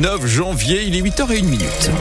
9 janvier, il est 8h01.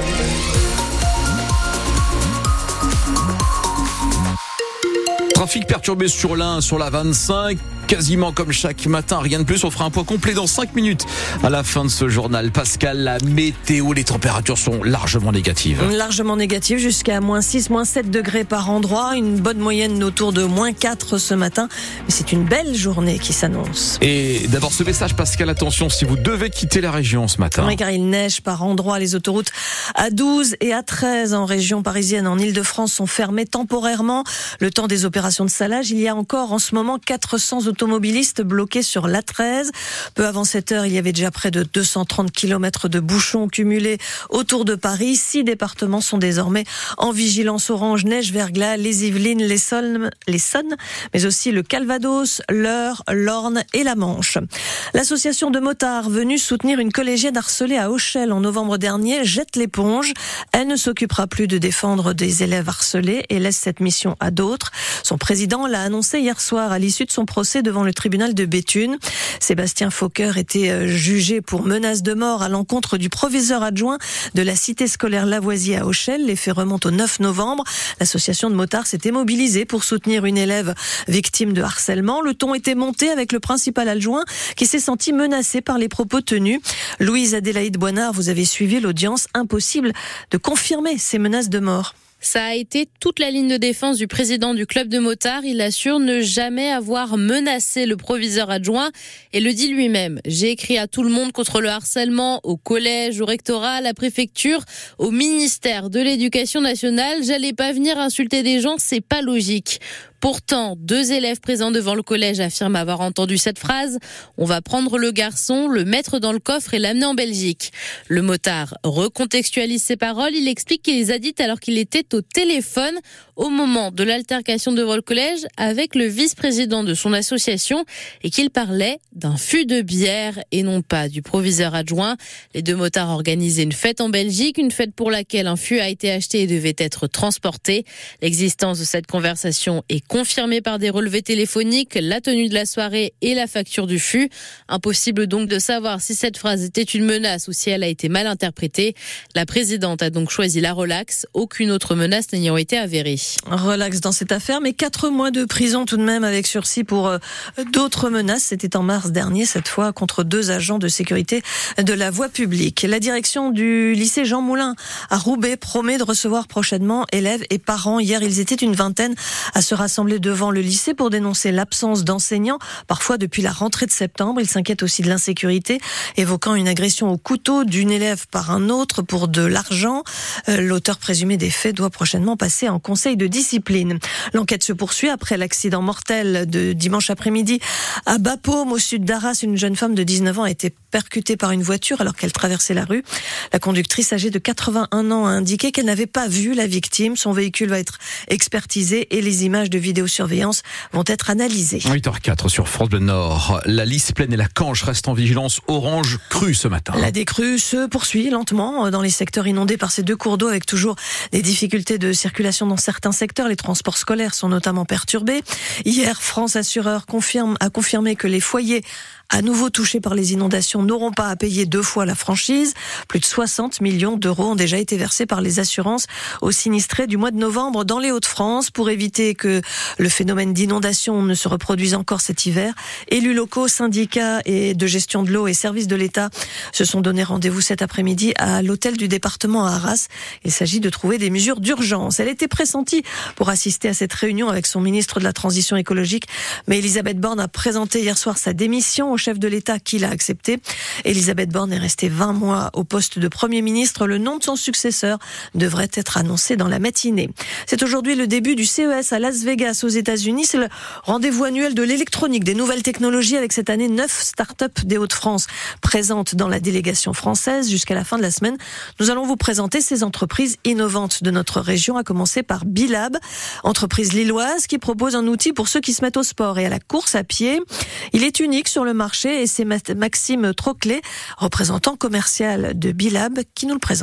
Trafic perturbé sur l'Ain, sur la 25. Quasiment comme chaque matin, rien de plus. On fera un point complet dans 5 minutes à la fin de ce journal. Pascal, la météo, les températures sont largement négatives. Largement négatives, jusqu'à -6, -7 degrés par endroit. Une bonne moyenne autour de -4 ce matin. Mais c'est une belle journée qui s'annonce. Et d'abord ce message, Pascal, attention, si vous devez quitter la région ce matin. Oui, car il neige par endroits. Les autoroutes A12 et A13 en région parisienne, en Ile-de-France, sont fermées temporairement. Le temps des opérations de salage, il y a encore en ce moment 400 automobilistes bloqués sur l'A13. Peu avant 7 heures, il y avait déjà près de 230 km de bouchons cumulés autour de Paris. 6 départements sont désormais en vigilance orange, neige, verglas, les Yvelines, l'Essonne, mais aussi le Calvados, l'Eure, l'Orne et la Manche. L'association de motards venue soutenir une collégienne harcelée à Auchel en novembre dernier jette l'éponge. Elle ne s'occupera plus de défendre des élèves harcelés et laisse cette mission à d'autres. Son président l'a annoncé hier soir à l'issue de son procès devant le tribunal de Béthune. Sébastien Fokker était jugé pour menace de mort à l'encontre du proviseur adjoint de la cité scolaire Lavoisier à Auchel. Les faits remontent au 9 novembre. L'association de motards s'était mobilisée pour soutenir une élève victime de harcèlement. Le ton était monté avec le principal adjoint qui s'est senti menacé par les propos tenus. Louise Adélaïde Boinard, vous avez suivi l'audience. Impossible de confirmer ces menaces de mort. Ça a été toute la ligne de défense du président du club de motards. Il assure ne jamais avoir menacé le proviseur adjoint et le dit lui-même. J'ai écrit à tout le monde contre le harcèlement, au collège, au rectorat, à la préfecture, au ministère de l'Éducation nationale. J'allais pas venir insulter des gens, c'est pas logique. Pourtant, 2 élèves présents devant le collège affirment avoir entendu cette phrase. On va prendre le garçon, le mettre dans le coffre et l'amener en Belgique. Le motard recontextualise ses paroles. Il explique qu'il les a dites alors qu'il était au téléphone au moment de l'altercation devant le collège avec le vice-président de son association et qu'il parlait d'un fût de bière et non pas du proviseur adjoint. Les 2 motards organisaient une fête en Belgique, une fête pour laquelle un fût a été acheté et devait être transporté. L'existence de cette conversation est confirmée par des relevés téléphoniques, la tenue de la soirée et la facture du fût. Impossible donc de savoir si cette phrase était une menace ou si elle a été mal interprétée. La présidente a donc choisi la relaxe, aucune autre menace n'ayant été avérée. Relax dans cette affaire, mais 4 mois de prison tout de même avec sursis pour d'autres menaces. C'était en mars dernier, cette fois contre 2 agents de sécurité de la voie publique. La direction du lycée Jean Moulin à Roubaix promet de recevoir prochainement élèves et parents. Hier, ils étaient une vingtaine à se rassembler devant le lycée pour dénoncer l'absence d'enseignants, parfois depuis la rentrée de septembre. Ils s'inquiètent aussi de l'insécurité, évoquant une agression au couteau d'une élève par un autre pour de l'argent. L'auteur présumé des faits doit prochainement passer en conseil de discipline. L'enquête se poursuit après l'accident mortel de dimanche après-midi à Bapaume, au sud d'Arras. Une jeune femme de 19 ans a été percutée par une voiture alors qu'elle traversait la rue. La conductrice âgée de 81 ans a indiqué qu'elle n'avait pas vu la victime. Son véhicule va être expertisé et les images de vidéosurveillance vont être analysées. 8h04 sur France Bleu Nord. La Lys Plaine et la Canche restent en vigilance orange crue ce matin. La décrue se poursuit lentement dans les secteurs inondés par ces 2 cours d'eau avec toujours des difficultés de circulation dans certains secteurs. Les transports scolaires sont notamment perturbés. Hier, France Assureur a confirmé que les foyers à nouveau touchés par les inondations n'auront pas à payer 2 fois la franchise. Plus de 60 millions d'euros ont déjà été versés par les assurances aux sinistrés du mois de novembre dans les Hauts-de-France pour éviter que le phénomène d'inondation ne se reproduise encore cet hiver. Élus locaux, syndicats et de gestion de l'eau et services de l'État se sont donné rendez-vous cet après-midi à l'hôtel du département à Arras. Il s'agit de trouver des mesures d'urgence. Elle était pressentie pour assister à cette réunion avec son ministre de la Transition écologique, mais Elisabeth Borne a présenté hier soir sa démission au chef de l'État qui l'a accepté. Elisabeth Borne est restée 20 mois au poste de Premier ministre. Le nom de son successeur devrait être annoncé dans la matinée. C'est aujourd'hui le début du CES à Las Vegas aux États-Unis. C'est le rendez-vous annuel de l'électronique, des nouvelles technologies avec cette année 9 start-up des Hauts-de-France présentes dans la délégation française. Jusqu'à la fin de la semaine, nous allons vous présenter ces entreprises innovantes de notre région, à commencer par Bilab, entreprise lilloise qui propose un outil pour ceux qui se mettent au sport et à la course à pied. Il est unique sur le marché et c'est Maxime Troclet, représentant commercial de Bilab, qui nous le présente.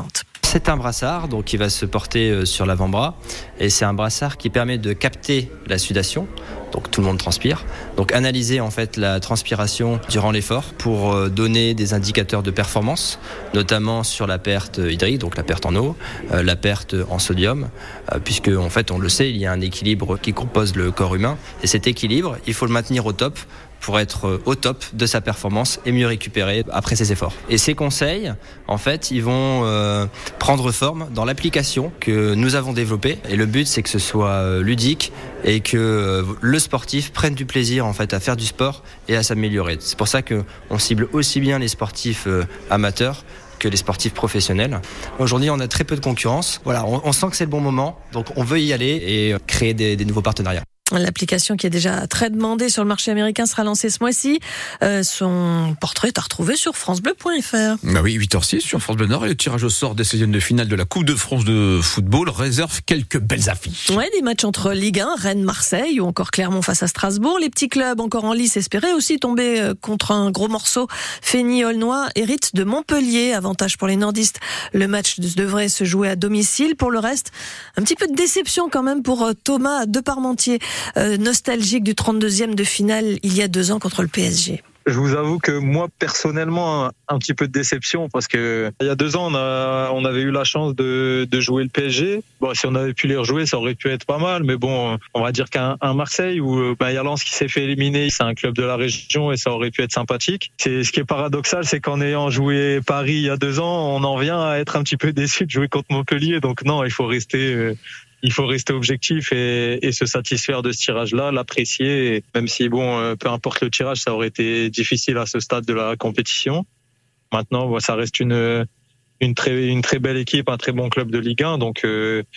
C'est un brassard donc qui va se porter sur l'avant-bras et c'est un brassard qui permet de capter la sudation. Donc tout le monde transpire. Donc analyser en fait la transpiration durant l'effort pour donner des indicateurs de performance, notamment sur la perte hydrique, donc la perte en eau, la perte en sodium, puisque en fait on le sait, il y a un équilibre qui compose le corps humain et cet équilibre, il faut le maintenir au top pour être au top de sa performance et mieux récupérer après ses efforts. Et ces conseils, en fait, ils vont prendre forme dans l'application que nous avons développée. Et le but, c'est que ce soit ludique et que le sportif prenne du plaisir en fait à faire du sport et à s'améliorer. C'est pour ça qu'on cible aussi bien les sportifs amateurs que les sportifs professionnels. Aujourd'hui, on a très peu de concurrence. Voilà, on sent que c'est le bon moment, donc on veut y aller et créer des nouveaux partenariats. L'application qui est déjà très demandée sur le marché américain sera lancée ce mois-ci. Son portrait est à retrouver sur francebleu.fr. Bah oui, 8h06 sur France Bleu Nord et le tirage au sort des 16e de finale de la Coupe de France de football réserve quelques belles affiches. Ouais, des matchs entre Ligue 1, Rennes, Marseille ou encore Clermont face à Strasbourg. Les petits clubs encore en lice espéraient aussi tomber contre un gros morceau. Fény-Aulnois hérite de Montpellier. Avantage pour les nordistes. Le match devrait se jouer à domicile. Pour le reste, un petit peu de déception quand même pour Thomas de Parmentier. Nostalgique du 32e de finale il y a 2 ans contre le PSG. Je vous avoue que moi, personnellement, un petit peu de déception parce que il y a 2 ans, on avait eu la chance de jouer le PSG. Bon, si on avait pu les rejouer, ça aurait pu être pas mal. Mais bon, on va dire qu'un Marseille où il y a Lens qui s'est fait éliminer, c'est un club de la région et ça aurait pu être sympathique. Ce qui est paradoxal, c'est qu'en ayant joué Paris il y a 2 ans, on en vient à être un petit peu déçu de jouer contre Montpellier. Donc non, il faut rester objectif et se satisfaire de ce tirage-là, l'apprécier, même si peu importe le tirage, ça aurait été difficile à ce stade de la compétition. Maintenant, ça reste une très belle équipe, un très bon club de Ligue 1, donc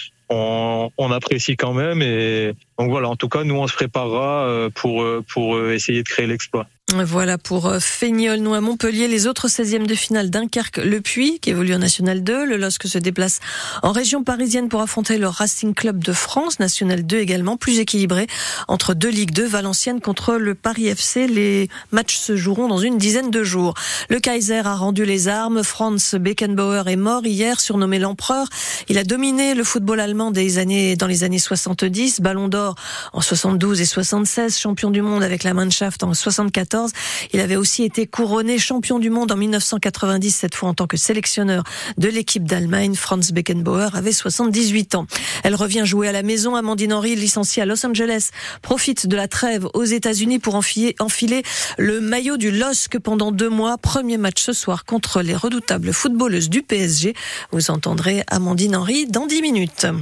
on apprécie quand même. Et donc voilà, en tout cas, nous on se préparera pour essayer de créer l'exploit. Voilà pour Fény-Aulnois Montpellier. Les autres 16e de finale, Dunkerque-Le Puy, qui évolue en National 2. Le LOSC se déplace en région parisienne pour affronter le Racing Club de France, National 2 également, plus équilibré entre 2 Ligue 2, Valenciennes contre le Paris FC. Les matchs se joueront dans une dizaine de jours. Le Kaiser a rendu les armes. Franz Beckenbauer est mort hier, surnommé l'empereur. Il a dominé le football allemand dans les années 70, Ballon d'Or en 72 et 76, champion du monde avec la Mannschaft en 74. Il avait aussi été couronné champion du monde en 1990, cette fois en tant que sélectionneur de l'équipe d'Allemagne. Franz Beckenbauer avait 78 ans. Elle revient jouer à la maison. Amandine Henry, licenciée à Los Angeles, profite de la trêve aux États-Unis pour enfiler le maillot du LOSC pendant 2 mois. Premier match ce soir contre les redoutables footballeuses du PSG. Vous entendrez Amandine Henry dans 10 minutes.